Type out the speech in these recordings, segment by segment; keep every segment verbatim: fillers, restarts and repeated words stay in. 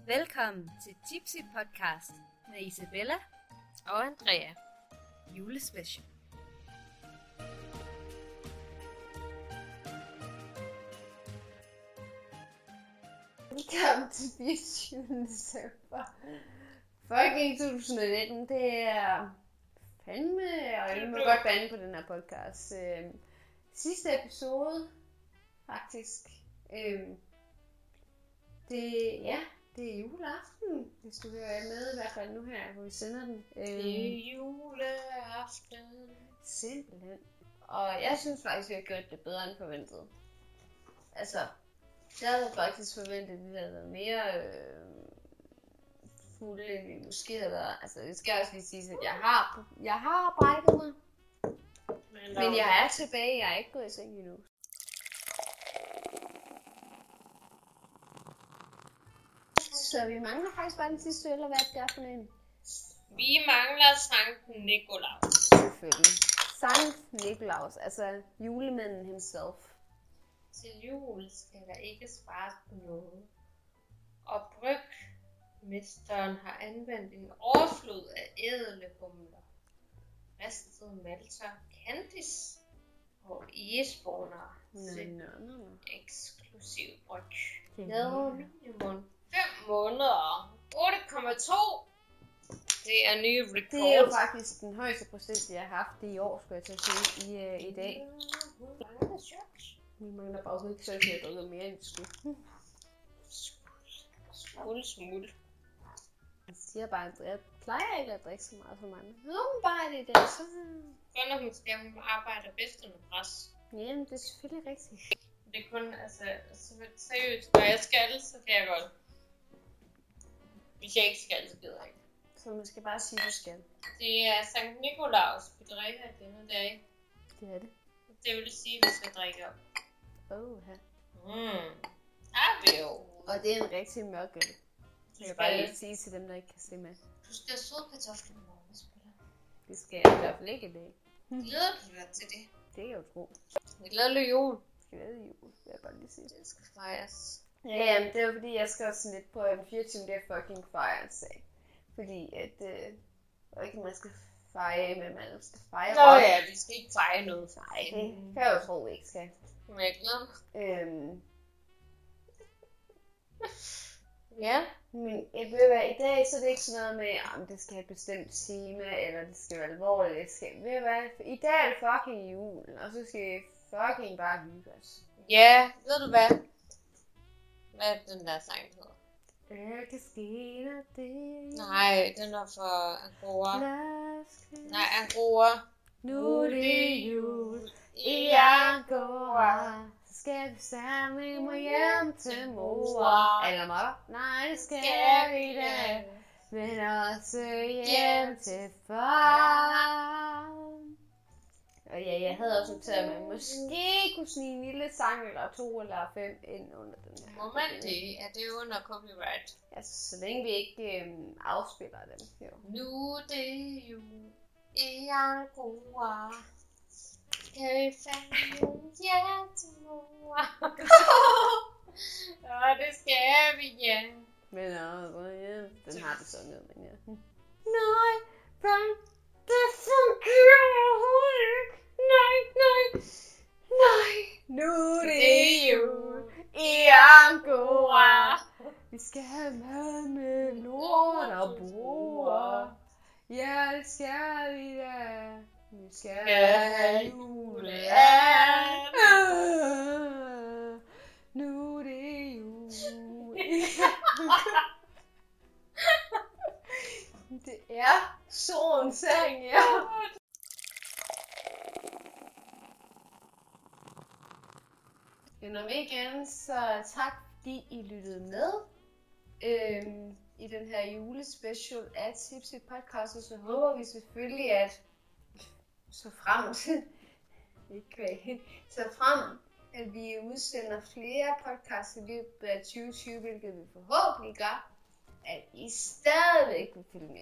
Velkommen til Tipsy Podcast med Isabella og Andrea. Julespecial. Velkommen til fireogtyvende december. Fucking to tusind nitten, det er fandme, og jeg må godt bande på den her podcast. Øh, sidste episode, faktisk. Øh, det, ja, det er juleaften, hvis du hører med, i hvert fald nu her, hvor vi sender den. Øh, Det er juleaften. Simpelthen. Og jeg synes faktisk, vi har gjort det bedre end forventet. Altså, jeg havde faktisk forventet, at vi havde været mere øh, fulde, end vi måske havde været. Altså, det skal også lige sige, at jeg har, jeg har brækket mig. Men, Men jeg er tilbage, jeg er ikke gået i seng endnu. Så vi mangler faktisk bare den sidste øl, og hvad det er for en. Vi mangler Sankt Nikolaus. Selvfølgelig. Sankt Nikolaus, altså julemanden himself. Til jul skal der ikke spares på noget. Og brygmesteren har anvendt en overflod af ædle humler, ristede malter, candice og isboner til Nå, nå, nå. eksklusiv bryg. Det er Lavet minimum fem måneder. otte komma to. Det er nye rekord. Det er jo faktisk den højeste procent, jeg har haft det i år, skulle jeg til at sige, i, uh, i dag. Vi mangler bare overhovedet ikke så, at jeg har drukket mere end skulle. Smule, smule. Jeg siger bare, at jeg plejer ikke at drikke så meget for mig. Nå, men bare det der, så... Kun når hun skal, hun arbejder bedst under pres. Jamen, det er selvfølgelig rigtigt. Det er kun, altså, altså seriøst, når jeg skal, så kan jeg godt. Hvis jeg ikke skal, så gider jeg ikke. Så man skal bare sige, at du skal. Det er Sankt Nikolaus, vi drikker denne dag. Det er det. Det vil sige, at vi skal drikke op. Åh, ja. Mm. Har vi jo. Og det er en rigtig mørk øl. Jeg kan bare lige sige til dem, der ikke kan se med. Du skal have søde kartofler i morgen, spiller. Det skal jeg i hvert fald ikke i dag. Glæder du dig til det? Det kan jeg jo tro. Jeg glæder dig jul. Det skal være jul, vil jeg bare lige sige. Det skal fejres. Ja, jamen, det er jo fordi, jeg skal også sådan lidt på en fireogtyvende det er fucking fejrens dag. Fordi at, øh, og ikke man skal fejre, men man skal fejre. Nå ja, vi skal ikke fejre noget. Nej, det kan jeg jo tro, vi ikke skal. Men jeg glæder mig. Øhm, Ja. men jeg ved hvad, i dag så er det ikke sådan noget med, om det skal have et bestemt tema, eller det skal være alvorligt. Det skal, ved du hvad, i dag er det fucking julen, og så skal vi fucking bare hygge os. Ja, ved du hvad? Hvad er den der sang hedder? Det kan ske, når det er Nej, den er for Angora. jul. Nej, Angora. Nu er det jul i Angora. Så skal vi sammen må hjem til mor. Eller mor? Nej, det skal vi da. Men også hjem til far. Og ja, jeg havde også noteret, at man måske kunne snige en lille sang eller to eller fem ind under den her. Må man det? Er det under copyright? Altså, så længe vi ikke øhm, afspiller dem. Jo. Nu er det jul i Angora. Skal vi fandme hjem til mor? Ja, det skal vi, ja. Men altså, ja, den har det sådan noget, men ja. Nej, men det fungerer overhovedet ikke. Nej, nej, nej. Nu er det jul i Angora. Vi skal have mad med lort og bruger. Ja, det skal vi da. Vi skal have juleand. Nu er det jul. Det er sådan en sang, ja. Men om ikke andet, så tak fordi I lyttede med øhm, i den her julespecial af Tipsy Podcast. Og så håber vi selvfølgelig, at så frem ikke kvæg, så frem at vi udsender flere podcasts i løbet af tyve tyve, hvilket vi forhåbentlig gør, at I stadigvæk vil følge med.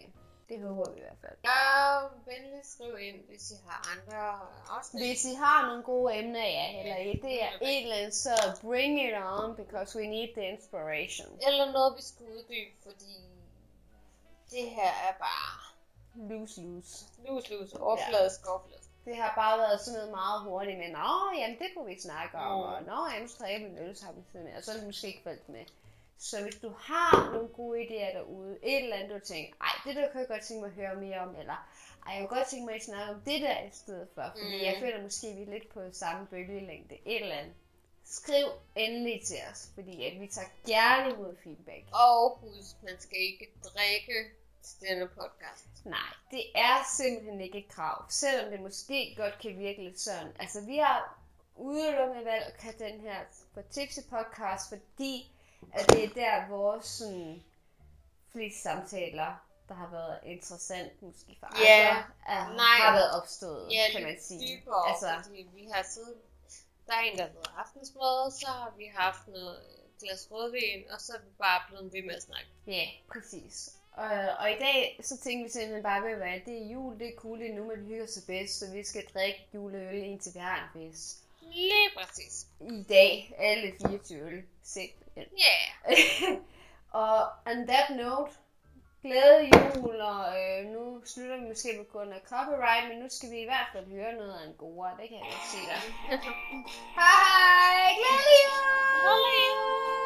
Det håber vi i hvert fald. Ja, venligst skriv ind, hvis I har andre afsnit. Hvis I har nogle gode emner, ja, eller idéer, et eller andet, så bring it on, because we need the inspiration. Eller noget, vi skal uddybe, fordi det her er bare Loose, loose. loose, loose, overfladisk, ja. overfladisk. Det har bare været sådan noget meget hurtigt med, nå, jamen det kunne vi snakke om, Mm. og nå, jamen så drikker vi en øl sammen med, og så er det måske ikke faldt med. Så hvis du har nogle gode idéer derude, et eller andet, du tænker, ej, det der kunne jeg godt tænke mig at høre mere om, eller ej, jeg kunne godt tænke mig at snakke om det der i stedet for, fordi Mm. jeg føler måske, vi er lidt på samme bølgelængde, et eller andet. Skriv endelig til os, fordi at vi tager gerne imod feedback. Og husk, man skal ikke drikke til denne podcast. Nej, det er simpelthen ikke et krav, selvom det måske godt kan virke lidt sådan. Altså, vi har udelukkende valgt at kalde den her for Tipsy Podcast, fordi at det er der vores sådan, flest samtaler, der har været interessant måske for andre, Ja, er, nej. har været opstået, Ja, kan man lidt sige. dybere, Altså, fordi vi har siddet, der er en, der har været aftensmad, så har vi haft noget glas rødvin, og så er vi bare blevet ved med at snakke. ja, præcis. Og, og i dag, så tænker vi simpelthen bare ved, at det er jul, det er cool, det er nu, man hygger sig bedst, så vi skal drikke juleøl, indtil vi har en fest. Lige præcis. I dag, alle fireogtyve øl. Simpelthen. Ja. Yeah. Og on that note, glæde jul, og øh, nu slutter vi måske på grund af copyright, men nu skal vi i hvert fald høre noget af en god, det kan jeg godt sige dig. Hej, glæde jul! Glæde jul!